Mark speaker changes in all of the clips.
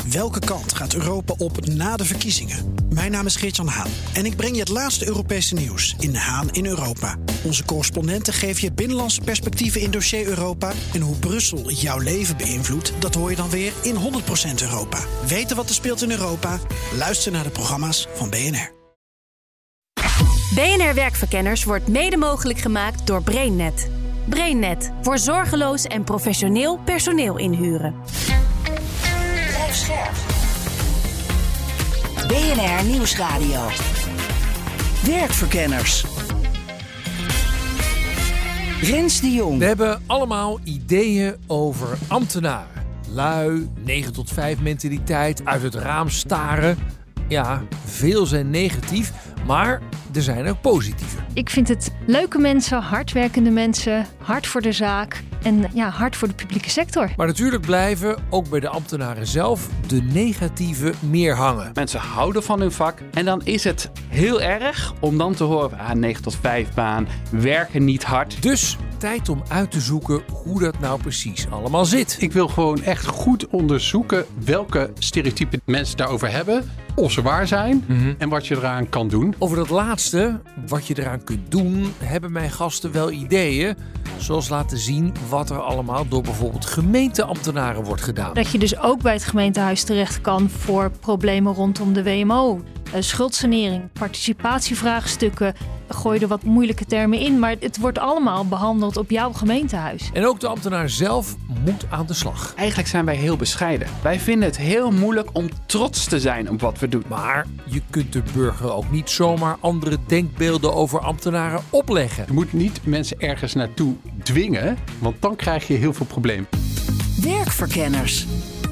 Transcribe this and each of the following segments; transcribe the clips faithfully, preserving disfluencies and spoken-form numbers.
Speaker 1: Welke kant gaat Europa op na de verkiezingen? Mijn naam is Geert-Jan Haan en ik breng je het laatste Europese nieuws in Haan in Europa. Onze correspondenten geven je binnenlandse perspectieven in dossier Europa. En hoe Brussel jouw leven beïnvloedt, dat hoor je dan weer in honderd procent Europa. Weten wat er speelt in Europa? Luister naar de programma's van B N R.
Speaker 2: B N R Werkverkenners wordt mede mogelijk gemaakt door BrainNet. BrainNet, voor zorgeloos en professioneel personeel inhuren.
Speaker 3: Blijf scherp. B N R Nieuwsradio. Werkverkenners. Rens de Jong.
Speaker 4: We hebben allemaal ideeën over ambtenaren. Lui, negen tot vijf mentaliteit, uit het raam staren. Ja, veel zijn negatief, maar er zijn ook positieve.
Speaker 5: Ik vind het leuke mensen, hardwerkende mensen, hard voor de zaak en ja, hard voor de publieke sector.
Speaker 4: Maar natuurlijk blijven, ook bij de ambtenaren zelf, de negatieve meer hangen.
Speaker 6: Mensen houden van hun vak en dan is het heel erg om dan te horen, ah, negen tot vijf baan, werken niet hard.
Speaker 4: Dus tijd om uit te zoeken hoe dat nou precies allemaal zit.
Speaker 7: Ik wil gewoon echt goed onderzoeken welke stereotypen mensen daarover hebben, of ze waar zijn mm-hmm. en wat je eraan kan doen.
Speaker 4: Over dat laatste, wat je eraan kunt doen, hebben mijn gasten wel ideeën. Zoals laten zien wat er allemaal door bijvoorbeeld gemeenteambtenaren wordt gedaan.
Speaker 5: Dat je dus ook bij het gemeentehuis terecht kan voor problemen rondom de W M O. Uh, schuldsanering, participatievraagstukken. Gooi er wat moeilijke termen in, maar het wordt allemaal behandeld op jouw gemeentehuis.
Speaker 4: En ook de ambtenaar zelf moet aan de slag.
Speaker 6: Eigenlijk zijn wij heel bescheiden. Wij vinden het heel moeilijk om trots te zijn op wat we doen.
Speaker 4: Maar je kunt de burger ook niet zomaar andere denkbeelden over ambtenaren opleggen.
Speaker 7: Je moet niet mensen ergens naartoe dwingen, want dan krijg je heel veel problemen.
Speaker 3: Werkverkenners.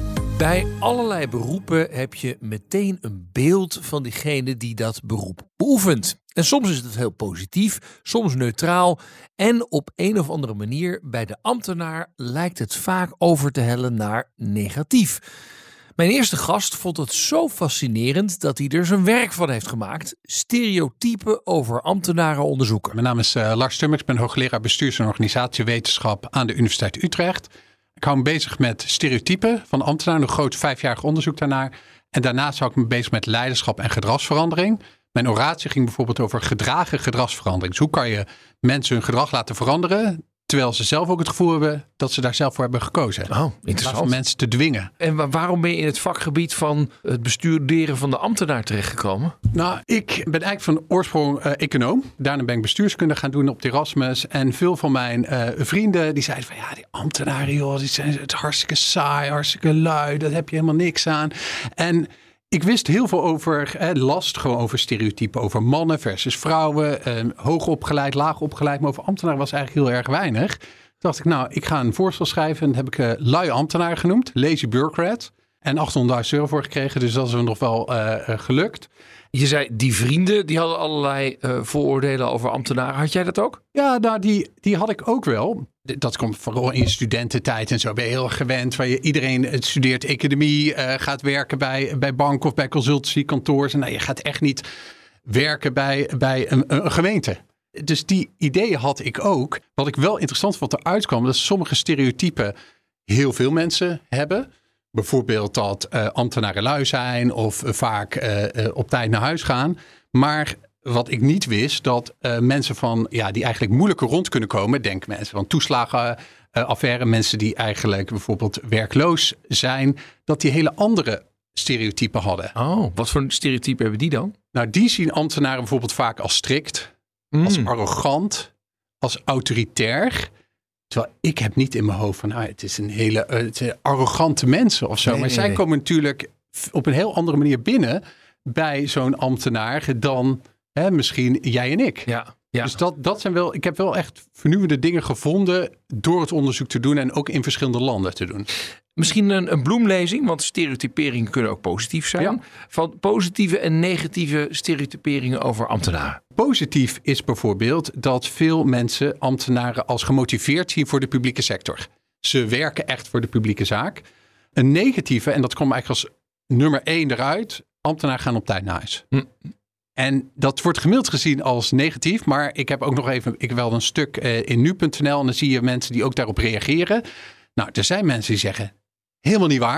Speaker 4: Bij allerlei beroepen heb je meteen een beeld van diegene die dat beroep beoefent. En soms is het heel positief, soms neutraal. En op een of andere manier bij de ambtenaar lijkt het vaak over te hellen naar negatief. Mijn eerste gast vond het zo fascinerend dat hij er zijn werk van heeft gemaakt. Stereotypen over ambtenaren onderzoeken.
Speaker 7: Mijn naam is uh, Lars Tummers, ik ben hoogleraar bestuurs- en organisatiewetenschap aan de Universiteit Utrecht. Ik hou me bezig met stereotypen van ambtenaren, een groot vijfjarig onderzoek daarnaar. En daarnaast hou ik me bezig met leiderschap en gedragsverandering. Mijn oratie ging bijvoorbeeld over gedragen gedragsverandering. Dus hoe kan je mensen hun gedrag laten veranderen, terwijl ze zelf ook het gevoel hebben dat ze daar zelf voor hebben gekozen.
Speaker 4: Oh, interessant.
Speaker 7: In plaats van mensen te dwingen.
Speaker 4: En waarom ben je in het vakgebied van het bestuderen van de ambtenaar terechtgekomen?
Speaker 7: Nou, ik ben eigenlijk van oorsprong uh, econoom. Daarna ben ik bestuurskunde gaan doen op de Erasmus. En veel van mijn uh, vrienden die zeiden van ja, die ambtenaren joh, die zijn het hartstikke saai, hartstikke lui. Daar heb je helemaal niks aan. En ik wist heel veel over, eh, last gewoon over stereotypen, over mannen versus vrouwen, eh, hoog opgeleid, laag opgeleid, maar over ambtenaren was eigenlijk heel erg weinig. Toen dacht ik, nou, ik ga een voorstel schrijven en dat heb ik uh, lui ambtenaar genoemd, lazy bureaucrat, en achthonderdduizend euro voor gekregen, dus dat is nog wel uh, uh, gelukt.
Speaker 4: Je zei, die vrienden, die hadden allerlei uh, vooroordelen over ambtenaren. Had jij dat ook?
Speaker 7: Ja, nou, die, die had ik ook wel. Dat komt vooral in studententijd en zo. Ben je heel gewend. Waar je, iedereen studeert economie, uh, gaat werken bij, bij banken of bij consultancykantoors. En nou, je gaat echt niet werken bij, bij een, een gemeente. Dus die ideeën had ik ook. Wat ik wel interessant vond eruit kwam, dat sommige stereotypen heel veel mensen hebben. Bijvoorbeeld dat uh, ambtenaren lui zijn of uh, vaak uh, uh, op tijd naar huis gaan. Maar wat ik niet wist, dat uh, mensen van ja, die eigenlijk moeilijker rond kunnen komen. Denk mensen van toeslagenaffaire, uh, mensen die eigenlijk bijvoorbeeld werkloos zijn. Dat die hele andere stereotypen hadden.
Speaker 4: Oh, wat voor stereotypen hebben die dan?
Speaker 7: Nou, die zien ambtenaren bijvoorbeeld vaak als strikt, mm. als arrogant, als autoritair. Terwijl ik heb niet in mijn hoofd van, nou, het is een hele uh, het zijn arrogante mensen of zo. Nee, maar nee, zij nee. komen natuurlijk op een heel andere manier binnen bij zo'n ambtenaar dan hè, misschien jij en ik.
Speaker 4: Ja, ja.
Speaker 7: Dus dat, dat zijn wel, ik heb wel echt vernieuwende dingen gevonden door het onderzoek te doen en ook in verschillende landen te doen.
Speaker 4: Misschien een, een bloemlezing, want stereotyperingen kunnen ook positief zijn. Ja. Van positieve en negatieve stereotyperingen over ambtenaren.
Speaker 7: Positief is bijvoorbeeld dat veel mensen ambtenaren als gemotiveerd zien voor de publieke sector. Ze werken echt voor de publieke zaak. Een negatieve, en dat komt eigenlijk als nummer één eruit, ambtenaren gaan op tijd naar huis. Hm. En dat wordt gemiddeld gezien als negatief, maar ik heb ook nog even, ik heb wel een stuk uh, in nu punt n l en dan zie je mensen die ook daarop reageren. Nou, er zijn mensen die zeggen, helemaal niet waar.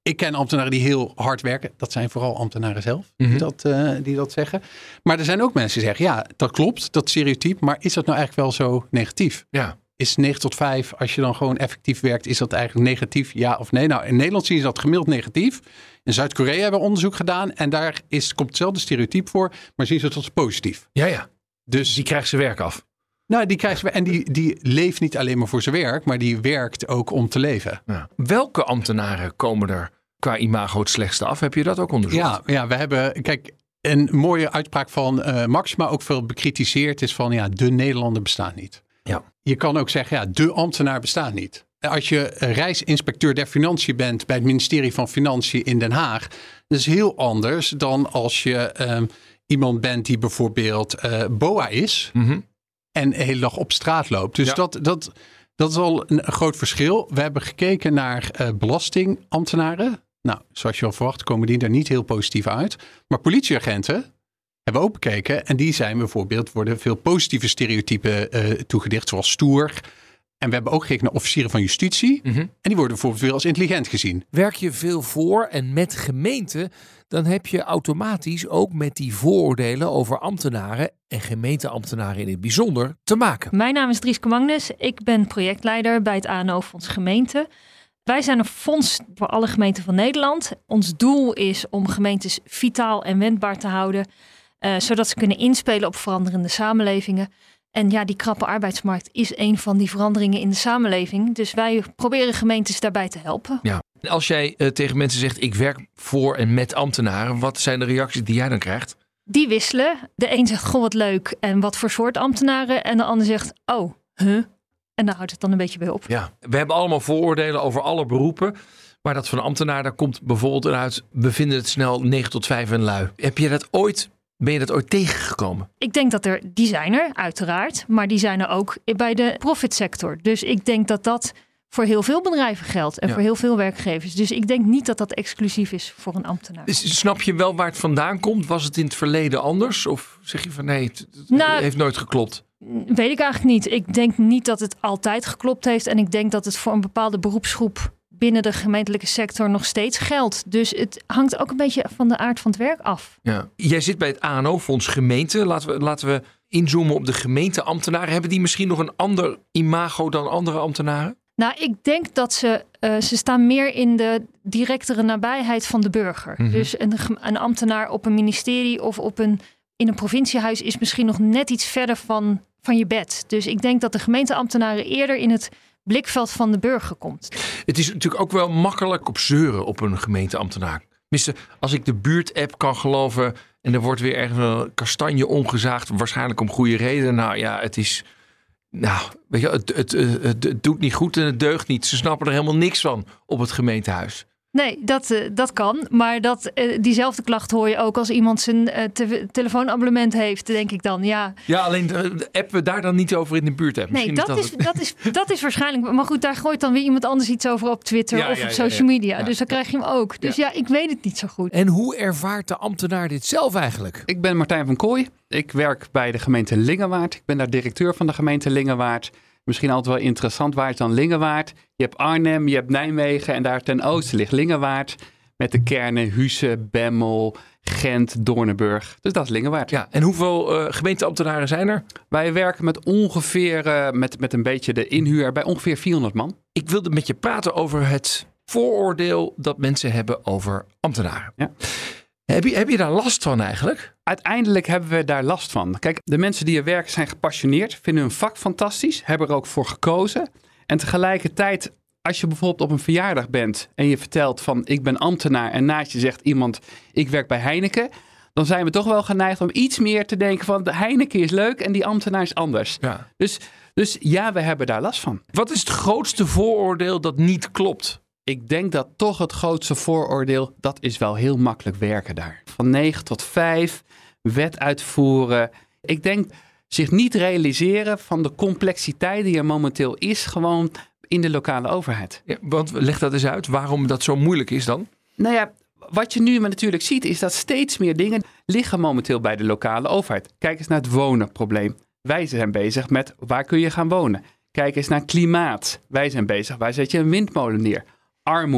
Speaker 7: Ik ken ambtenaren die heel hard werken. Dat zijn vooral ambtenaren zelf
Speaker 4: Mm-hmm.
Speaker 7: die, dat, uh, die dat zeggen. Maar er zijn ook mensen die zeggen, ja, dat klopt, dat stereotype. Maar is dat nou eigenlijk wel zo negatief?
Speaker 4: Ja.
Speaker 7: Is negen tot vijf, als je dan gewoon effectief werkt, is dat eigenlijk negatief? Ja of nee? Nou, in Nederland zien ze dat gemiddeld negatief. In Zuid-Korea hebben we onderzoek gedaan. En daar is, komt hetzelfde stereotype voor. Maar zien ze het als positief.
Speaker 4: Ja, ja.
Speaker 7: Dus
Speaker 4: Die krijgt zijn werk af.
Speaker 7: nou, die krijgt, en die, die leeft niet alleen maar voor zijn werk. Maar die werkt ook om te leven.
Speaker 4: Ja. Welke ambtenaren komen er qua imago het slechtste af? Heb je dat ook onderzocht?
Speaker 7: Ja, ja, we hebben, kijk, een mooie uitspraak van uh, Maxima, ook veel bekritiseerd, is van, ja, de Nederlander bestaat niet.
Speaker 4: Ja.
Speaker 7: Je kan ook zeggen, ja, de ambtenaar bestaat niet. Als je reisinspecteur der Financiën bent bij het ministerie van Financiën in Den Haag, dat is heel anders dan als je um, iemand bent die bijvoorbeeld uh, B O A is
Speaker 4: Mm-hmm.
Speaker 7: en de hele dag op straat loopt. Dus
Speaker 4: Ja.
Speaker 7: dat, dat, dat is al een, een groot verschil. We hebben gekeken naar uh, belastingambtenaren. Nou, zoals je al verwacht, komen die er niet heel positief uit. Maar politieagenten hebben we ook bekeken. En die zijn bijvoorbeeld, worden veel positieve stereotypen uh, toegedicht, zoals stoer. En we hebben ook gekeken naar officieren van justitie.
Speaker 4: Mm-hmm.
Speaker 7: En die worden bijvoorbeeld weer als intelligent gezien.
Speaker 4: Werk je veel voor en met gemeenten, dan heb je automatisch ook met die vooroordelen over ambtenaren en gemeenteambtenaren in het bijzonder te maken.
Speaker 5: Mijn naam is Drieske Magnus. Ik ben projectleider bij het A N O-fonds Gemeente. Wij zijn een fonds voor alle gemeenten van Nederland. Ons doel is om gemeentes vitaal en wendbaar te houden, uh, zodat ze kunnen inspelen op veranderende samenlevingen. En ja, die krappe arbeidsmarkt is een van die veranderingen in de samenleving. Dus wij proberen gemeentes daarbij te helpen.
Speaker 4: Ja. Als jij uh, tegen mensen zegt, ik werk voor en met ambtenaren, wat zijn de reacties die jij dan krijgt?
Speaker 5: Die wisselen. De een zegt, goh, wat leuk. En wat voor soort ambtenaren? En de ander zegt, oh, huh? En daar houdt het dan een beetje bij op.
Speaker 4: Ja, we hebben allemaal vooroordelen over alle beroepen. Maar dat van ambtenaar, daar komt bijvoorbeeld uit, we vinden het snel negen tot vijf en lui. Heb je dat ooit, ben je dat ooit tegengekomen?
Speaker 5: Ik denk dat er, die zijn er, uiteraard. Maar die zijn er ook bij de profitsector. Dus ik denk dat dat voor heel veel bedrijven geldt. En
Speaker 4: Ja.
Speaker 5: voor heel veel werkgevers. Dus ik denk niet dat dat exclusief is voor een ambtenaar.
Speaker 4: Dus snap je wel waar het vandaan komt? Was het in het verleden anders? Of zeg je van nee, het, het
Speaker 5: Nou,
Speaker 4: heeft nooit geklopt?
Speaker 5: Weet ik eigenlijk niet. Ik denk niet dat het altijd geklopt heeft. En ik denk dat het voor een bepaalde beroepsgroep binnen de gemeentelijke sector nog steeds geldt. Dus het hangt ook een beetje van de aard van het werk af.
Speaker 4: Ja. Jij zit bij het A N O-fonds Gemeente. Laten we, laten we inzoomen op de gemeenteambtenaren. Hebben die misschien nog een ander imago dan andere ambtenaren?
Speaker 5: Nou, ik denk dat ze, uh, ze staan meer in de directere nabijheid van de burger.
Speaker 4: Mm-hmm.
Speaker 5: Dus een, een ambtenaar op een ministerie of op een, in een provinciehuis is misschien nog net iets verder van, van je bed. Dus ik denk dat de gemeenteambtenaren eerder in het blikveld van de burger komt.
Speaker 4: Het is natuurlijk ook wel makkelijk op zeuren op een gemeenteambtenaar. Tenminste, als ik de buurt-app kan geloven en er wordt weer ergens een kastanje omgezaagd, waarschijnlijk om goede reden. Nou ja, het is... Nou, weet je, het, het, het, het doet niet goed en het deugt niet. Ze snappen er helemaal niks van op het gemeentehuis.
Speaker 5: Nee, dat, uh, dat kan. Maar dat, uh, diezelfde klacht hoor je ook als iemand zijn uh, te- telefoonabonnement heeft, denk ik dan. Ja,
Speaker 4: Ja, alleen uh, appen we daar dan niet over in de buurt-app.
Speaker 5: nee,
Speaker 4: Misschien
Speaker 5: dat,
Speaker 4: is
Speaker 5: is,
Speaker 4: dat,
Speaker 5: dat, is, dat is waarschijnlijk... Maar goed, daar gooit dan weer iemand anders iets over op Twitter
Speaker 4: Ja,
Speaker 5: of
Speaker 4: ja,
Speaker 5: op
Speaker 4: ja,
Speaker 5: social
Speaker 4: ja.
Speaker 5: media.
Speaker 4: Ja.
Speaker 5: Dus dan krijg je hem ook. Dus ja. ja, ik weet het niet zo goed.
Speaker 4: En hoe ervaart de ambtenaar dit zelf eigenlijk?
Speaker 6: Ik ben Martijn van Kooi. Ik werk bij de gemeente Lingewaard. Ik ben daar directeur van de gemeente Lingewaard. Misschien altijd wel interessant, waar is dan Lingewaard? Je hebt Arnhem, je hebt Nijmegen en daar ten oosten ligt Lingewaard. Met de kernen Husse, Bemmel, Gent, Doornenburg. Dus dat is Lingewaard.
Speaker 4: Ja, en hoeveel uh, gemeenteambtenaren zijn er?
Speaker 6: Wij werken met ongeveer, uh, met, met een beetje de inhuur, bij ongeveer vierhonderd man.
Speaker 4: Ik wilde met je praten over het vooroordeel dat mensen hebben over ambtenaren.
Speaker 6: Ja.
Speaker 4: Heb je, heb je daar last van eigenlijk?
Speaker 6: Uiteindelijk hebben we daar last van. Kijk, de mensen die er werken zijn gepassioneerd, vinden hun vak fantastisch, hebben er ook voor gekozen. En tegelijkertijd, als je bijvoorbeeld op een verjaardag bent en je vertelt van ik ben ambtenaar en naast je zegt iemand ik werk bij Heineken, dan zijn we toch wel geneigd om iets meer te denken van de Heineken is leuk en die ambtenaar is anders.
Speaker 4: Ja.
Speaker 6: Dus, dus ja, we hebben daar last van.
Speaker 4: Wat is het grootste vooroordeel dat niet klopt?
Speaker 6: Ik denk dat toch het grootste vooroordeel, dat is wel heel makkelijk werken daar. Van negen tot vijf, wet uitvoeren. Ik denk zich niet realiseren van de complexiteit die er momenteel is, gewoon in de lokale overheid.
Speaker 4: Ja, want leg dat eens uit, waarom dat zo moeilijk is dan?
Speaker 6: Nou ja, wat je nu maar natuurlijk ziet, is dat steeds meer dingen liggen momenteel bij de lokale overheid. Kijk eens naar het wonenprobleem. Wij zijn bezig met waar kun je gaan wonen. Kijk eens naar klimaat. Wij zijn bezig, waar zet je een windmolen neer? Armoede.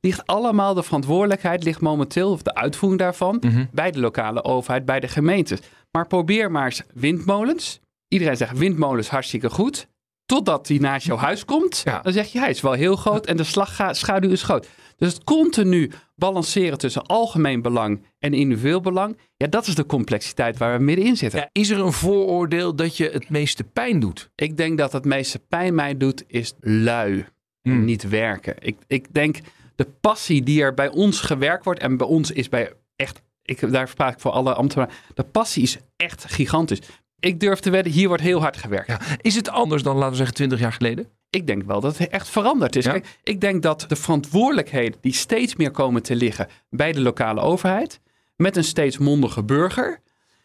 Speaker 6: ligt allemaal de verantwoordelijkheid, ligt momenteel, of de uitvoering daarvan, mm-hmm. bij de lokale overheid, bij de gemeentes. Maar probeer maar eens windmolens. Iedereen zegt windmolens hartstikke goed. Totdat die naast jouw huis komt, ja. dan zeg je hij is wel heel groot en de slagschaduw is groot. Dus het continu balanceren tussen algemeen belang en individueel belang, ja, dat is de complexiteit waar we middenin zitten.
Speaker 4: Ja, is er een vooroordeel dat je het meeste pijn doet?
Speaker 6: Ik denk dat het meeste pijn mij doet, is lui. Hmm. Niet werken. Ik, ik denk de passie die er bij ons gewerkt wordt, en bij ons is bij echt, ik, daar praat ik voor alle ambtenaren, de passie is echt gigantisch. Ik durf te wedden, hier wordt heel hard gewerkt.
Speaker 4: Ja. Is het anders dan, laten we zeggen, twintig jaar geleden?
Speaker 6: Ik denk wel dat het echt veranderd is. Ja. Kijk, ik denk dat de verantwoordelijkheden die steeds meer komen te liggen bij de lokale overheid, met een steeds mondige burger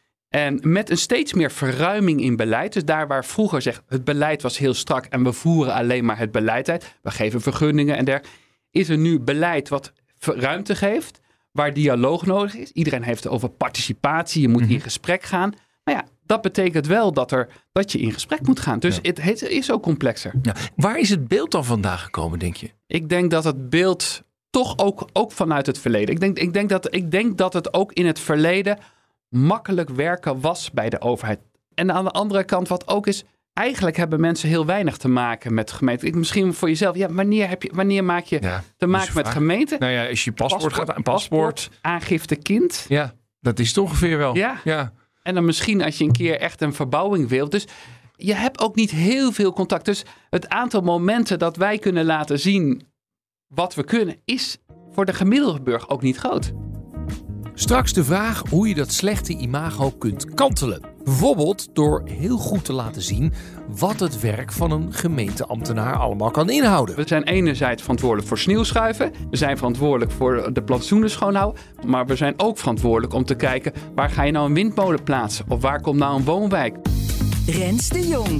Speaker 6: en met een steeds meer verruiming in beleid. Dus daar waar vroeger zeg, het beleid was heel strak en we voeren alleen maar het beleid uit. We geven vergunningen en dergelijke. Is er nu beleid wat ruimte geeft, waar dialoog nodig is. Iedereen heeft het over participatie, je moet mm-hmm. in gesprek gaan. Maar ja, dat betekent wel dat, er, dat je in gesprek moet gaan. Dus ja. het, het is ook complexer.
Speaker 4: Ja. Waar is het beeld dan vandaan gekomen, denk je?
Speaker 6: Ik denk dat het beeld toch ook, ook vanuit het verleden. Ik denk, ik, denk dat, ik denk dat het ook in het verleden makkelijk werken was bij de overheid. En aan de andere kant wat ook is, eigenlijk hebben mensen heel weinig te maken met gemeenten. Ik, misschien voor jezelf, ja, wanneer, heb je, wanneer maak je ja, te maken met gemeenten?
Speaker 4: Nou ja, als je paspoort, paspoort gaat, een paspoort. paspoort.
Speaker 6: Aangifte kind.
Speaker 4: Ja, dat is het ongeveer wel.
Speaker 6: Ja.
Speaker 4: ja.
Speaker 6: En dan misschien als je een keer echt een verbouwing wilt. Dus je hebt ook niet heel veel contact. Dus het aantal momenten dat wij kunnen laten zien wat we kunnen, is voor de gemiddelde burger ook niet groot.
Speaker 4: Straks de vraag hoe je dat slechte imago kunt kantelen. Bijvoorbeeld door heel goed te laten zien wat het werk van een gemeenteambtenaar allemaal kan inhouden.
Speaker 6: We zijn enerzijds verantwoordelijk voor sneeuwschuiven. We zijn verantwoordelijk voor de plantsoenen schoonhouden. Maar we zijn ook verantwoordelijk om te kijken, waar ga je nou een windmolen plaatsen? Of waar komt nou een woonwijk?
Speaker 3: Rens de Jong.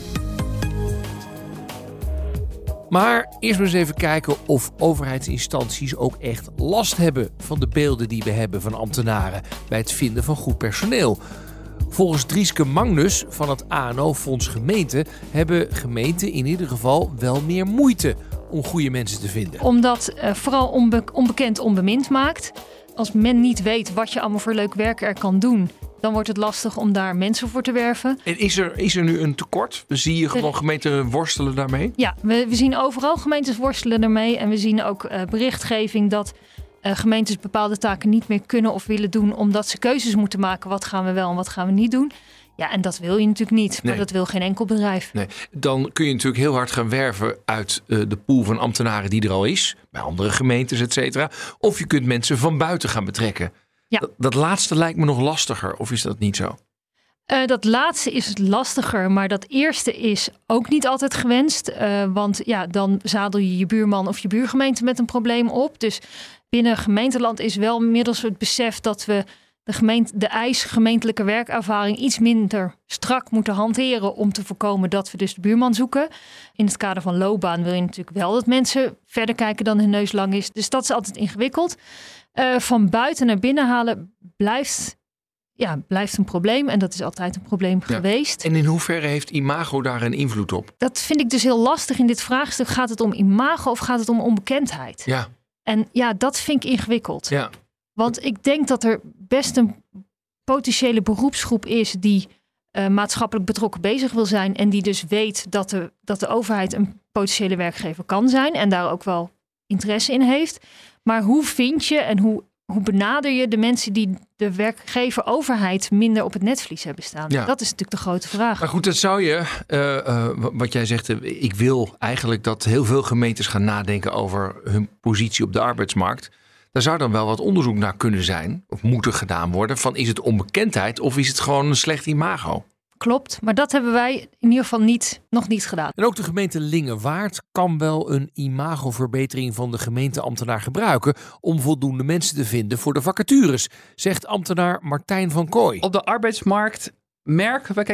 Speaker 4: Maar eerst maar eens even kijken of overheidsinstanties ook echt last hebben van de beelden die we hebben van ambtenaren bij het vinden van goed personeel. Volgens Drieske Magnus van het A N O-fonds Gemeente hebben gemeenten in ieder geval wel meer moeite om goede mensen te vinden.
Speaker 5: Omdat uh, vooral onbe- onbekend onbemind maakt. Als men niet weet wat je allemaal voor leuk werk er kan doen, dan wordt het lastig om daar mensen voor te werven.
Speaker 4: En is er, is er nu een tekort? Zie je gewoon gemeenten worstelen daarmee?
Speaker 5: Ja, we, we zien overal gemeentes worstelen daarmee. En we zien ook uh, berichtgeving dat uh, gemeentes bepaalde taken niet meer kunnen of willen doen, omdat ze keuzes moeten maken. Wat gaan we wel en wat gaan we niet doen? Ja, en dat wil je natuurlijk niet. Maar nee. dat wil geen enkel bedrijf.
Speaker 4: Nee. Dan kun je natuurlijk heel hard gaan werven uit uh, de pool van ambtenaren die er al is. Bij andere gemeentes, et cetera. Of je kunt mensen van buiten gaan betrekken. Ja. Dat, dat laatste lijkt me nog lastiger. Of is dat niet zo?
Speaker 5: Uh, dat laatste is lastiger, maar dat eerste is ook niet altijd gewenst. Uh, want ja, dan zadel je je buurman of je buurgemeente met een probleem op. Dus binnen gemeenteland is wel inmiddels het besef dat we de, gemeente, de eis gemeentelijke werkervaring iets minder strak moeten hanteren om te voorkomen dat we dus de buurman zoeken. In het kader van loopbaan wil je natuurlijk wel dat mensen verder kijken dan hun neus lang is. Dus dat is altijd ingewikkeld. Uh, van buiten naar binnen halen blijft, ja, blijft een probleem. En dat is altijd een probleem ja. geweest.
Speaker 4: En in hoeverre heeft imago daar een invloed op?
Speaker 5: Dat vind ik dus heel lastig in dit vraagstuk. Gaat het om imago of gaat het om onbekendheid?
Speaker 4: Ja.
Speaker 5: En ja, dat vind ik ingewikkeld.
Speaker 4: Ja.
Speaker 5: Want ik denk dat er best een potentiële beroepsgroep is die uh, maatschappelijk betrokken bezig wil zijn. En die dus weet dat de, dat de overheid een potentiële werkgever kan zijn. En daar ook wel interesse in heeft. Maar hoe vind je en hoe, hoe benader je de mensen die de werkgever overheid minder op het netvlies hebben staan? Ja. Dat is natuurlijk de grote vraag.
Speaker 4: Maar goed, dat zou je, uh, uh, wat jij zegt, uh, ik wil eigenlijk dat heel veel gemeentes gaan nadenken over hun positie op de arbeidsmarkt. Daar zou dan wel wat onderzoek naar kunnen zijn, of moeten gedaan worden, van is het onbekendheid of is het gewoon een slecht imago?
Speaker 5: Klopt, maar dat hebben wij in ieder geval niet, nog niet gedaan.
Speaker 4: En ook de gemeente Lingewaard kan wel een imagoverbetering van de gemeenteambtenaar gebruiken om voldoende mensen te vinden voor de vacatures, zegt ambtenaar Martijn van Kooi.
Speaker 6: Op de arbeidsmarkt merken we, kijk,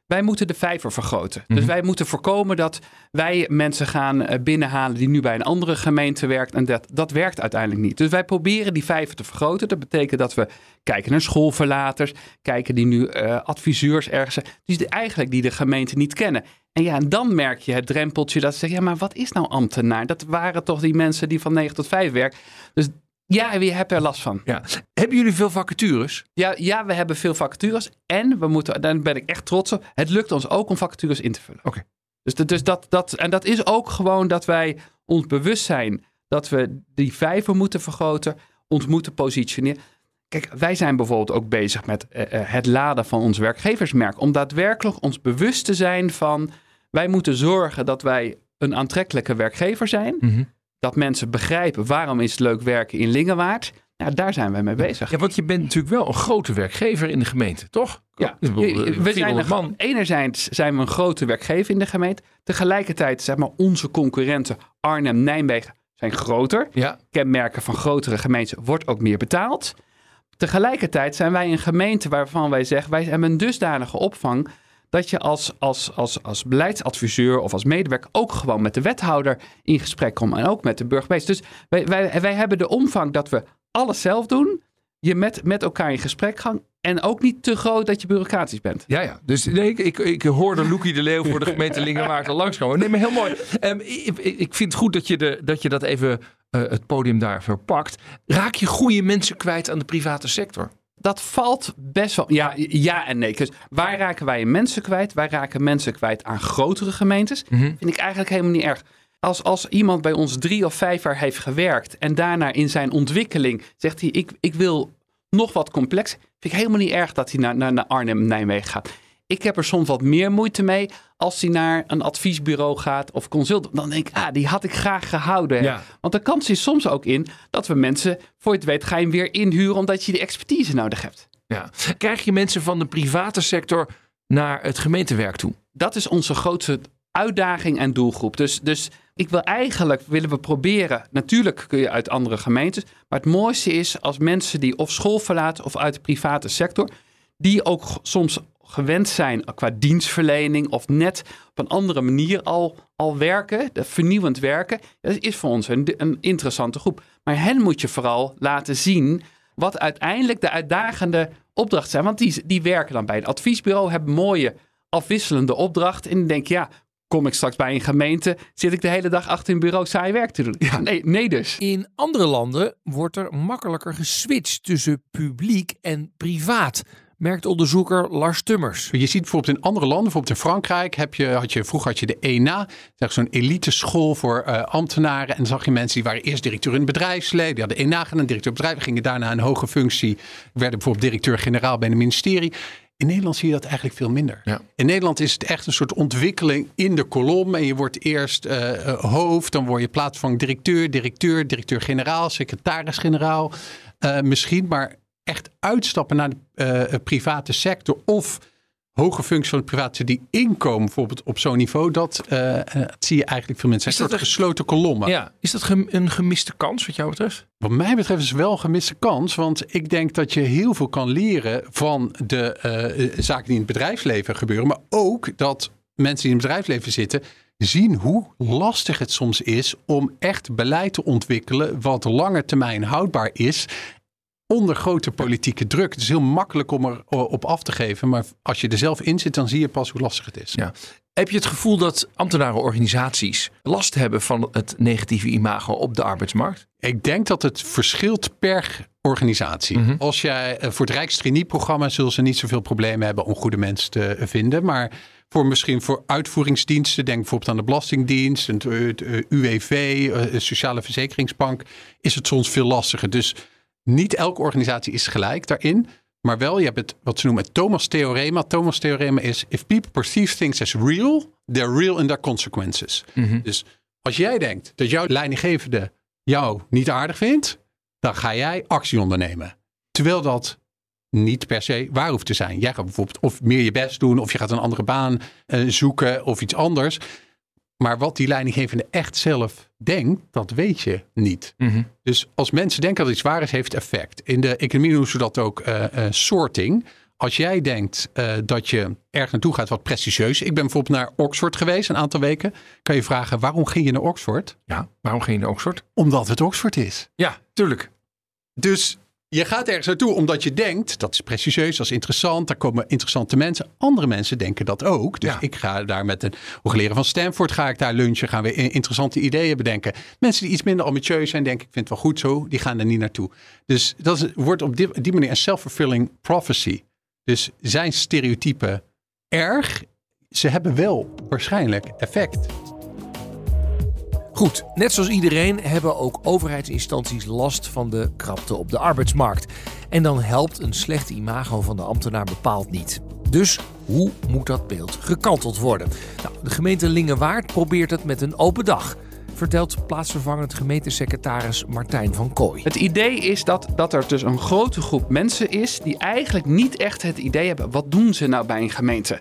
Speaker 6: Wij moeten de vijver vergroten.
Speaker 4: Mm-hmm.
Speaker 6: Dus wij moeten voorkomen dat wij mensen gaan binnenhalen die nu bij een andere gemeente werkt. En dat, dat werkt uiteindelijk niet. Dus wij proberen die vijver te vergroten. Dat betekent dat we kijken naar schoolverlaters, kijken die nu uh, adviseurs ergens zijn. Dus die, eigenlijk die de gemeente niet kennen. En ja, en dan merk je het drempeltje dat ze zeggen, ja, maar wat is nou ambtenaar? Dat waren toch die mensen die van negen tot vijf werken. Dus ja, je hebt er last van.
Speaker 4: Ja. Hebben jullie veel vacatures?
Speaker 6: Ja, ja, we hebben veel vacatures. En we moeten, daar ben ik echt trots op. Het lukt ons ook om vacatures in te vullen.
Speaker 4: Oké. Okay.
Speaker 6: Dus, dus dat, dat, en dat is ook gewoon dat wij ons bewust zijn dat we die vijver moeten vergroten, ons moeten positioneren. Kijk, wij zijn bijvoorbeeld ook bezig met uh, het laden van ons werkgeversmerk. Om daadwerkelijk ons bewust te zijn van, wij moeten zorgen dat wij een aantrekkelijke werkgever zijn. Mm-hmm. Dat mensen begrijpen waarom is het leuk werken in Lingewaard. Nou, daar zijn wij mee bezig.
Speaker 4: Ja, want je bent natuurlijk wel een grote werkbegever in de gemeente, toch?
Speaker 6: Ja, we zijn een, man. Enerzijds zijn we een grote werkgever in de gemeente. Tegelijkertijd, zeg maar, onze concurrenten Arnhem, Nijmegen zijn groter.
Speaker 4: Ja.
Speaker 6: Kenmerken van grotere gemeenten wordt ook meer betaald. Tegelijkertijd zijn wij een gemeente waarvan wij zeggen, wij hebben een dusdanige opvang dat je als, als, als, als beleidsadviseur of als medewerker ook gewoon met de wethouder in gesprek komt. En ook met de burgemeester. Dus wij, wij, wij hebben de omvang dat we alles zelf doen. Je met, met elkaar in gesprek gaan. En ook niet te groot dat je bureaucratisch bent.
Speaker 4: Ja, ja. Dus nee, ik, ik, ik hoorde Loekie de Leeuw voor de gemeente Lingewaard al langskomen. Nee, maar heel mooi. Um, ik, ik vind het goed dat je, de, dat je dat even uh, het podium daar verpakt. Raak je goede mensen kwijt aan de private sector?
Speaker 6: Dat valt best wel. Ja, ja en nee. Dus waar raken wij mensen kwijt? Wij raken mensen kwijt aan grotere gemeentes. Mm-hmm. Vind ik eigenlijk helemaal niet erg. Als, als iemand bij ons drie of vijf jaar heeft gewerkt en daarna in zijn ontwikkeling zegt hij, ik, ik wil nog wat complex. Vind ik helemaal niet erg dat hij naar, naar, naar Arnhem, Nijmegen gaat. Ik heb er soms wat meer moeite mee als hij naar een adviesbureau gaat of consult. Dan denk ik, ah, die had ik graag gehouden.
Speaker 4: Ja.
Speaker 6: Want de kans is soms ook in dat we mensen, voor je het weet, ga je weer inhuren omdat je die expertise nodig hebt.
Speaker 4: Ja. Krijg je mensen van de private sector naar het gemeentewerk toe?
Speaker 6: Dat is onze grootste uitdaging en doelgroep. Dus, dus ik wil eigenlijk, willen we proberen, natuurlijk kun je uit andere gemeentes, maar het mooiste is als mensen die of school verlaten of uit de private sector, die ook soms gewend zijn qua dienstverlening of net op een andere manier al, al werken, vernieuwend werken, dat is voor ons een, een interessante groep. Maar hen moet je vooral laten zien wat uiteindelijk de uitdagende opdrachten zijn. Want die, die werken dan bij een adviesbureau, hebben mooie afwisselende opdrachten en dan denk je, ja, kom ik straks bij een gemeente, zit ik de hele dag achter een bureau saai werk te doen. Ja. Nee, nee dus.
Speaker 4: In andere landen wordt er makkelijker geswitcht tussen publiek en privaat, merkt onderzoeker Lars Tummers.
Speaker 7: Je ziet bijvoorbeeld in andere landen, bijvoorbeeld in Frankrijk, heb je, had je, vroeger had je de E N A, zo'n eliteschool voor uh, ambtenaren. En dan zag je mensen die waren eerst directeur in het bedrijfsleven, die hadden E N A gedaan, directeur bedrijf, gingen daarna een hoge functie, werden bijvoorbeeld directeur-generaal bij een ministerie. In Nederland zie je dat eigenlijk veel minder. Ja. In Nederland is het echt een soort ontwikkeling in de kolom. En je wordt eerst uh, hoofd, dan word je plaatsvervangend directeur, directeur, directeur-generaal, secretaris-generaal. Uh, misschien, maar echt uitstappen naar de uh, private sector of hoge functies van de private die inkomen bijvoorbeeld op zo'n niveau, dat, uh, uh, dat zie je eigenlijk veel mensen.
Speaker 4: Is dat
Speaker 7: een soort gesloten kolommen.
Speaker 4: Ja, is dat gem- een gemiste kans wat jou betreft?
Speaker 7: Wat mij betreft is het wel een gemiste kans, want ik denk dat je heel veel kan leren van de uh, zaken die in het bedrijfsleven gebeuren, maar ook dat mensen die in het bedrijfsleven zitten zien hoe lastig het soms is om echt beleid te ontwikkelen wat lange termijn houdbaar is onder grote politieke druk. Het is heel makkelijk om er op af te geven, maar als je er zelf in zit, dan zie je pas hoe lastig het is.
Speaker 4: Ja. Heb je het gevoel dat ambtenarenorganisaties last hebben van het negatieve imago op de arbeidsmarkt?
Speaker 7: Ik denk dat het verschilt per organisatie. Mm-hmm. Als jij voor het Rijkstrainee-programma zullen ze niet zoveel problemen hebben om goede mensen te vinden, maar voor misschien voor uitvoeringsdiensten, denk bijvoorbeeld aan de Belastingdienst, het U W V, de Sociale Verzekeringsbank, is het soms veel lastiger. Dus niet elke organisatie is gelijk daarin, maar wel, je hebt het wat ze noemen het Thomas-theorema. Thomas-theorema is, if people perceive things as real, they're real in their consequences. Mm-hmm. Dus als jij denkt dat jouw leidinggevende jou niet aardig vindt, dan ga jij actie ondernemen. Terwijl dat niet per se waar hoeft te zijn. Jij gaat bijvoorbeeld of meer je best doen, of je gaat een andere baan uh, zoeken of iets anders. Maar wat die leidinggevende echt zelf denkt, dat weet je niet. Mm-hmm. Dus als mensen denken dat iets waar is, heeft het effect. In de economie noemen ze dat ook uh, uh, sorting. Als jij denkt uh, dat je erg naartoe gaat wat prestigieus. Ik ben bijvoorbeeld naar Oxford geweest een aantal weken. Kan je vragen, waarom ging je naar Oxford?
Speaker 4: Ja, waarom ging je naar Oxford?
Speaker 7: Omdat het Oxford is.
Speaker 4: Ja, tuurlijk.
Speaker 7: Dus je gaat ergens naartoe omdat je denkt, dat is prestigieus, dat is interessant. Daar komen interessante mensen. Andere mensen denken dat ook. Dus ja. ik ga daar met een hoogleraar van Stanford, ga ik daar lunchen. Gaan we interessante ideeën bedenken. Mensen die iets minder ambitieus zijn, denken, ik vind het wel goed zo. Die gaan er niet naartoe. Dus dat is, wordt op die, die manier een self-fulfilling prophecy. Dus zijn stereotypen erg? Ze hebben wel waarschijnlijk effect.
Speaker 4: Goed, net zoals iedereen hebben ook overheidsinstanties last van de krapte op de arbeidsmarkt. En dan helpt een slechte imago van de ambtenaar bepaald niet. Dus hoe moet dat beeld gekanteld worden? Nou, de gemeente Lingewaard probeert het met een open dag, vertelt plaatsvervangend gemeentesecretaris Martijn van Kooi.
Speaker 6: Het idee is dat, dat er dus een grote groep mensen is die eigenlijk niet echt het idee hebben, wat doen ze nou bij een gemeente?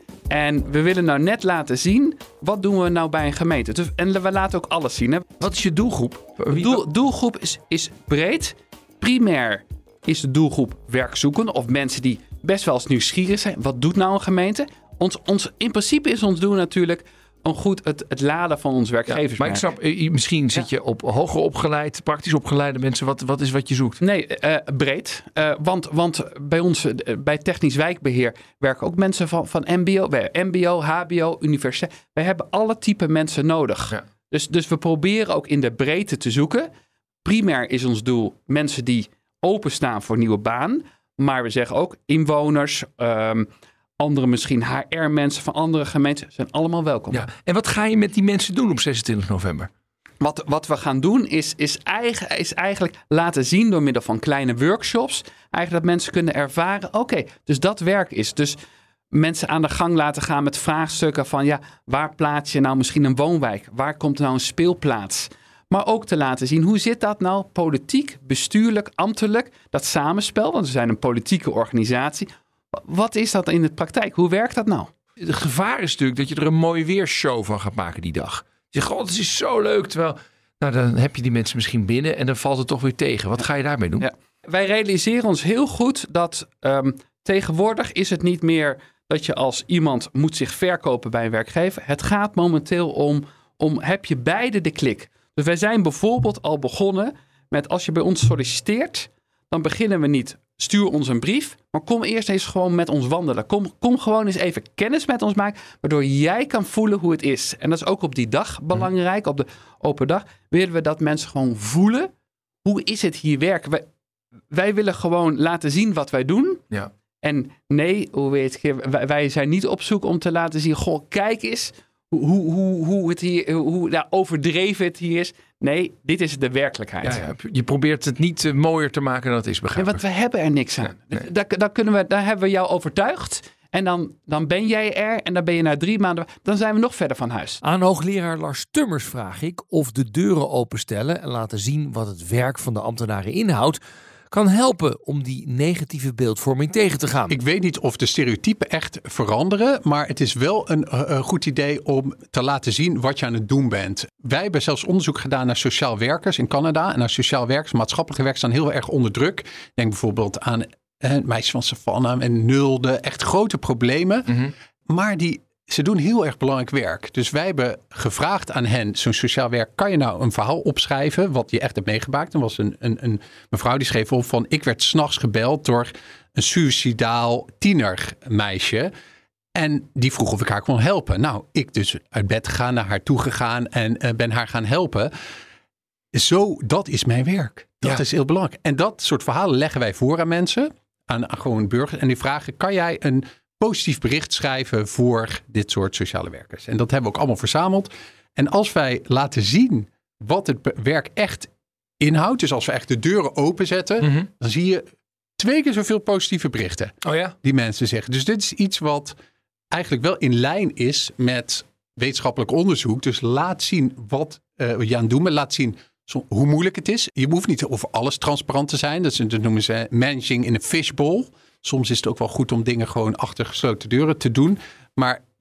Speaker 6: En we willen nou net laten zien, wat doen we nou bij een gemeente? Dus, en we laten ook alles zien. Hè.
Speaker 4: Wat is je doelgroep?
Speaker 6: Doel, doelgroep is, is breed. Primair is de doelgroep werkzoekenden of mensen die best wel eens nieuwsgierig zijn. Wat doet nou een gemeente? Ons, ons, in principe is ons doel natuurlijk een goed het, het laden van ons werkgevers.
Speaker 4: Ja, maar ik snap, misschien zit je op hoger opgeleid, praktisch opgeleide mensen. Wat, wat is wat je zoekt?
Speaker 6: Nee, uh, breed. Uh, want, want bij ons, uh, bij Technisch Wijkbeheer, werken ook mensen van, van M B O, M B O, H B O, universiteit. Wij hebben alle type mensen nodig. Ja. Dus, dus we proberen ook in de breedte te zoeken. Primair is ons doel mensen die openstaan voor nieuwe baan. Maar we zeggen ook inwoners, Um, Andere misschien H R-mensen van andere gemeenten zijn allemaal welkom.
Speaker 4: Ja. En wat ga je met die mensen doen op zesentwintig november?
Speaker 6: Wat, wat we gaan doen is, is, eigen, is eigenlijk laten zien door middel van kleine workshops. Eigenlijk dat mensen kunnen ervaren, oké, okay, dus dat werk is. Dus mensen aan de gang laten gaan met vraagstukken van, ja, waar plaats je nou misschien een woonwijk? Waar komt er nou een speelplaats? Maar ook te laten zien, hoe zit dat nou politiek, bestuurlijk, ambtelijk? Dat samenspel, want we zijn een politieke organisatie. Wat is dat in de praktijk? Hoe werkt dat nou?
Speaker 4: Het gevaar is natuurlijk dat je er een mooie weershow van gaat maken die dag. Je zegt, god, het is zo leuk. Terwijl, nou, dan heb je die mensen misschien binnen en dan valt het toch weer tegen. Wat ga je daarmee doen?
Speaker 6: Ja. Wij realiseren ons heel goed dat um, tegenwoordig is het niet meer dat je als iemand moet zich verkopen bij een werkgever. Het gaat momenteel om, om heb je beide de klik. Dus wij zijn bijvoorbeeld al begonnen met als je bij ons solliciteert, dan beginnen we niet. Stuur ons een brief, maar kom eerst eens gewoon met ons wandelen. Kom, kom gewoon eens even kennis met ons maken, waardoor jij kan voelen hoe het is. En dat is ook op die dag belangrijk, op de open dag. Willen we dat mensen gewoon voelen, hoe is het hier werken? Wij, wij willen gewoon laten zien wat wij doen.
Speaker 4: Ja.
Speaker 6: En nee, hoe weet je, wij, wij zijn niet op zoek om te laten zien, goh, kijk eens hoe, hoe, hoe, het hier, hoe nou, overdreven het hier is. Nee, dit is de werkelijkheid.
Speaker 4: Ja, ja. Je probeert het niet uh, mooier te maken dan het is, begrijp ik.
Speaker 6: Ja, want we hebben er niks aan. Nee, nee. Daar, daar, kunnen we, daar hebben we jou overtuigd. En dan, dan ben jij er en dan ben je na drie maanden, dan zijn we nog verder van huis.
Speaker 4: Aan hoogleraar Lars Tummers vraag ik of de deuren openstellen en laten zien wat het werk van de ambtenaren inhoudt, kan helpen om die negatieve beeldvorming tegen te gaan.
Speaker 7: Ik weet niet of de stereotypen echt veranderen, maar het is wel een uh, goed idee om te laten zien wat je aan het doen bent. Wij hebben zelfs onderzoek gedaan naar sociaal werkers in Canada. En naar sociaal werkers, maatschappelijke werkers staan heel erg onder druk. Denk bijvoorbeeld aan uh, meisjes van Savannah en Nulde. Echt grote problemen. Mm-hmm. Maar die, ze doen heel erg belangrijk werk. Dus wij hebben gevraagd aan hen, zo'n sociaal werk, kan je nou een verhaal opschrijven wat je echt hebt meegemaakt? Er was een, een, een mevrouw die schreef op van, ik werd 's nachts gebeld door een suicidaal tienermeisje. En die vroeg of ik haar kon helpen. Nou, ik dus uit bed gegaan, naar haar toe gegaan en uh, ben haar gaan helpen. Zo, dat is mijn werk. Dat ja. is heel belangrijk. En dat soort verhalen leggen wij voor aan mensen, aan, aan gewoon burgers. En die vragen, kan jij een positief bericht schrijven voor dit soort sociale werkers? En dat hebben we ook allemaal verzameld. En als wij laten zien wat het werk echt inhoudt, dus als we echt de deuren openzetten, mm-hmm. dan zie je twee keer zoveel positieve berichten.
Speaker 4: Oh ja? Die
Speaker 7: mensen zeggen. Dus dit is iets wat eigenlijk wel in lijn is met wetenschappelijk onderzoek. Dus laat zien wat uh, je aan het doen bent. Laat zien hoe moeilijk het is. Je hoeft niet over alles transparant te zijn. Dat, is, dat noemen ze managing in a fishbowl. Soms is het ook wel goed om dingen gewoon achter gesloten deuren te doen. Maar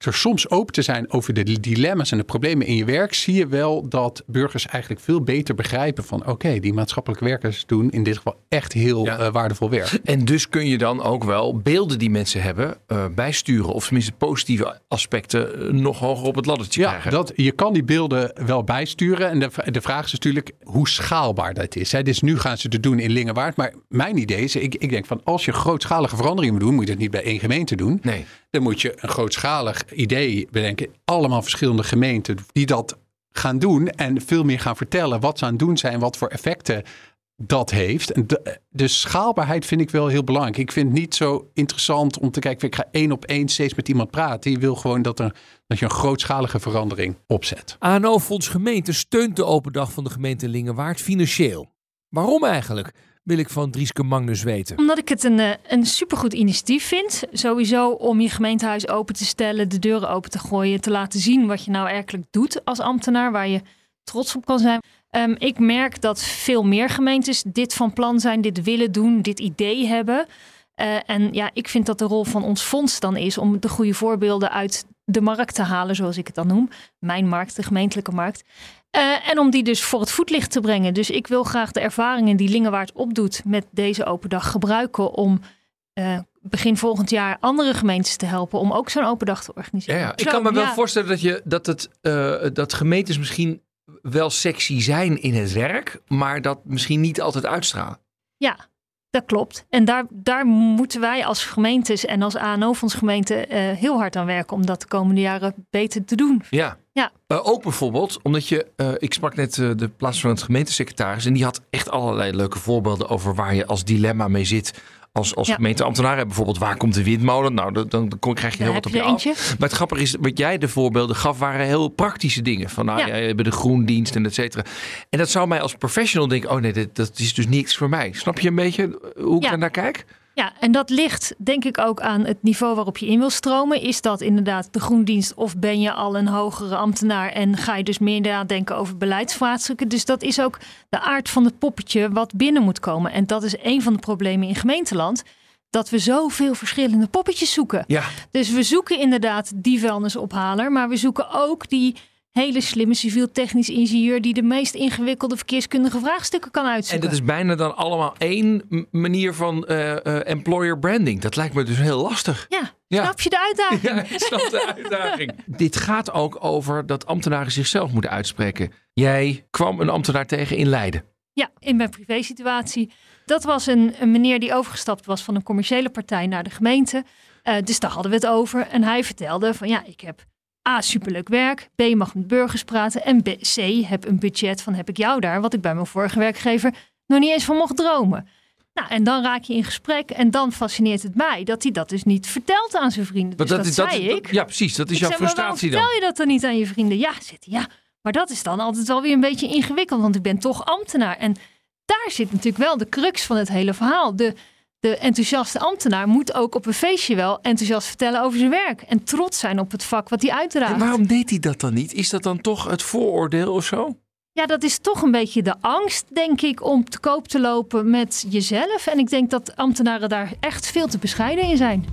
Speaker 7: door soms open te zijn over de dilemma's en de problemen in je werk, zie je wel dat burgers eigenlijk veel beter begrijpen van oké, okay, die maatschappelijke werkers doen in dit geval echt heel ja. uh, waardevol werk.
Speaker 4: En dus kun je dan ook wel beelden die mensen hebben uh, bijsturen of tenminste positieve aspecten uh, nog hoger op het laddertje
Speaker 7: ja,
Speaker 4: krijgen.
Speaker 7: Dat, je kan die beelden wel bijsturen en de, de vraag is natuurlijk hoe schaalbaar dat is. Hè? Dus nu gaan ze het doen in Lingewaard, maar mijn idee is, ik, ik denk van als je grootschalige veranderingen moet doen, moet je dat niet bij één gemeente doen.
Speaker 4: Nee.
Speaker 7: Dan moet je een grootschalig idee bedenken. Allemaal verschillende gemeenten die dat gaan doen en veel meer gaan vertellen wat ze aan het doen zijn, wat voor effecten dat heeft. En de, de schaalbaarheid vind ik wel heel belangrijk. Ik vind het niet zo interessant om te kijken, ik ga één op één steeds met iemand praten. Die wil gewoon dat, er, dat je een grootschalige verandering opzet.
Speaker 4: A N O-fonds Gemeente steunt de open dag van de gemeente Lingewaard financieel. Waarom eigenlijk? Wil ik van Drieske Magnus weten.
Speaker 5: Omdat ik het een, een supergoed initiatief vind. Sowieso om je gemeentehuis open te stellen, de deuren open te gooien, te laten zien wat je nou eigenlijk doet als ambtenaar, waar je trots op kan zijn. Um, ik merk dat veel meer gemeentes dit van plan zijn, dit willen doen, dit idee hebben. Uh, en ja, ik vind dat de rol van ons fonds dan is om de goede voorbeelden uit de markt te halen, zoals ik het dan noem. Mijn markt, de gemeentelijke markt. Uh, en om die dus voor het voetlicht te brengen. Dus ik wil graag de ervaringen die Lingewaard opdoet met deze open dag gebruiken om uh, begin volgend jaar andere gemeentes te helpen om ook zo'n open dag te organiseren.
Speaker 4: Ja, ja.
Speaker 5: Zo,
Speaker 4: ik kan me wel
Speaker 5: ja.
Speaker 4: voorstellen dat, je, dat, het, uh, dat gemeentes misschien wel sexy zijn in het werk, maar dat misschien niet altijd uitstralen.
Speaker 5: Ja, dat klopt. En daar, daar moeten wij als gemeentes en als A N O-fonds gemeente uh, heel hard aan werken om dat de komende jaren beter te doen.
Speaker 4: Ja.
Speaker 5: Ja.
Speaker 4: Uh, ook bijvoorbeeld, omdat je, uh, ik sprak net uh, de plaatsvervangend gemeentesecretaris en die had echt allerlei leuke voorbeelden over waar je als dilemma mee zit. Als, als ja. gemeenteambtenaar, bijvoorbeeld waar komt de windmolen? Nou, dan, dan, dan krijg je
Speaker 5: Daar
Speaker 4: heel wat op je af.
Speaker 5: Eentje.
Speaker 4: Maar het grappige is, wat jij de voorbeelden gaf, waren heel praktische dingen. Van nou, ja. ja, we hebben de groendienst en et cetera. En dat zou mij als professional denken, oh nee, dat, dat is dus niks voor mij. Snap je een beetje hoe ik
Speaker 5: ja.
Speaker 4: daar naar kijk?
Speaker 5: Ja, en dat ligt denk ik ook aan het niveau waarop je in wil stromen. Is dat inderdaad de groendienst of ben je al een hogere ambtenaar en ga je dus meer nadenken over beleidsvraagstukken. Dus dat is ook de aard van het poppetje wat binnen moet komen. En dat is een van de problemen in gemeenteland. Dat we zoveel verschillende poppetjes zoeken.
Speaker 4: Ja.
Speaker 5: Dus we zoeken inderdaad die vuilnisophaler, maar we zoeken ook die hele slimme civiel-technisch ingenieur die de meest ingewikkelde verkeerskundige vraagstukken kan uitzoeken.
Speaker 4: En dat is bijna dan allemaal één manier van uh, uh, employer branding. Dat lijkt me dus heel lastig.
Speaker 5: Ja,
Speaker 4: ja.
Speaker 5: Snap je de uitdaging?
Speaker 4: Ja, ik snap de uitdaging. Dit gaat ook over dat ambtenaren zichzelf moeten uitspreken. Jij kwam een ambtenaar tegen in Leiden.
Speaker 5: Ja, in mijn privésituatie. Dat was een, een meneer die overgestapt was van een commerciële partij naar de gemeente. Uh, dus daar hadden we het over. En hij vertelde van ja, ik heb A, superleuk werk. B, mag met burgers praten. En B, C, heb een budget van heb ik jou daar. Wat ik bij mijn vorige werkgever nog niet eens van mocht dromen. Nou, en dan raak je in gesprek. En dan fascineert het mij dat hij dat dus niet vertelt aan zijn vrienden. Dus dat, dat, dat zei dat, ik.
Speaker 4: Ja, precies. Dat is
Speaker 5: ik
Speaker 4: jouw
Speaker 5: zei,
Speaker 4: frustratie dan.
Speaker 5: Waarom vertel je dat dan niet aan je vrienden? Ja, zit hij. Ja, maar dat is dan altijd wel weer een beetje ingewikkeld. Want ik ben toch ambtenaar. En daar zit natuurlijk wel de crux van het hele verhaal. De, de enthousiaste ambtenaar moet ook op een feestje wel enthousiast vertellen over zijn werk. En trots zijn op het vak wat hij uitdraagt.
Speaker 4: En waarom deed hij dat dan niet? Is dat dan toch het vooroordeel of zo?
Speaker 5: Ja, dat is toch een beetje de angst, denk ik, om te koop te lopen met jezelf. En ik denk dat ambtenaren daar echt veel te bescheiden in zijn.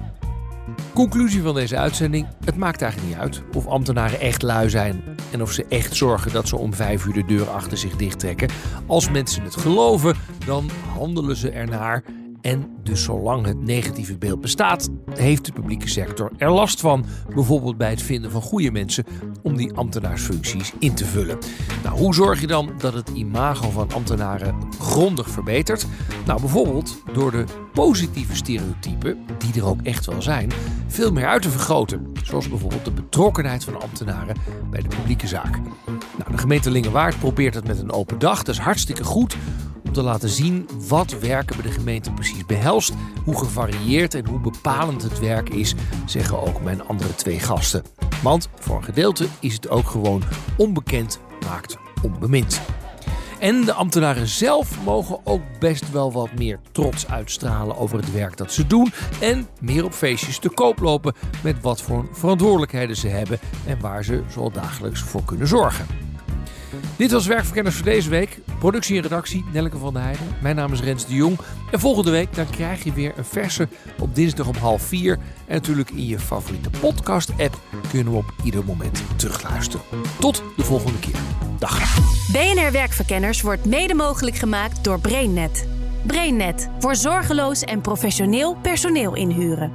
Speaker 4: Conclusie van deze uitzending. Het maakt eigenlijk niet uit of ambtenaren echt lui zijn en of ze echt zorgen dat ze om vijf uur de deur achter zich dichttrekken. Als mensen het geloven, dan handelen ze ernaar. En dus zolang het negatieve beeld bestaat, heeft de publieke sector er last van. Bijvoorbeeld bij het vinden van goede mensen om die ambtenaarsfuncties in te vullen. Nou, hoe zorg je dan dat het imago van ambtenaren grondig verbetert? Nou, bijvoorbeeld door de positieve stereotypen, die er ook echt wel zijn, veel meer uit te vergroten. Zoals bijvoorbeeld de betrokkenheid van ambtenaren bij de publieke zaak. Nou, de gemeente Lingewaard probeert het met een open dag. Dat is hartstikke goed om te laten zien wat werken bij de gemeente precies behelst, hoe gevarieerd en hoe bepalend het werk is, zeggen ook mijn andere twee gasten. Want voor een gedeelte is het ook gewoon onbekend maakt onbemind. En de ambtenaren zelf mogen ook best wel wat meer trots uitstralen over het werk dat ze doen en meer op feestjes te koop lopen met wat voor verantwoordelijkheden ze hebben en waar ze zo dagelijks voor kunnen zorgen. Dit was Werkverkenners voor deze week. Productie en redactie Nelleke van der Heijden. Mijn naam is Rens de Jong. En volgende week dan krijg je weer een verse op dinsdag om half vier. En natuurlijk in je favoriete podcast-app kunnen we op ieder moment terugluisteren. Tot de volgende keer. Dag.
Speaker 2: B N R Werkverkenners wordt mede mogelijk gemaakt door BrainNet. BrainNet voor zorgeloos en professioneel personeel inhuren.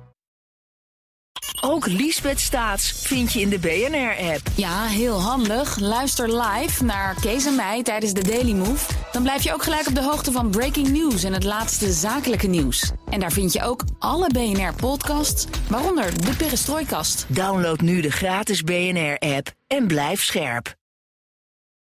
Speaker 3: Ook Liesbeth Staats vind je in de B N R-app.
Speaker 8: Ja, heel handig. Luister live naar Kees en mij tijdens de Daily Move. Dan blijf je ook gelijk op de hoogte van breaking news en het laatste zakelijke nieuws. En daar vind je ook alle B N R-podcasts, waaronder de Perestrooikast.
Speaker 3: Download nu de gratis B N R-app en blijf scherp.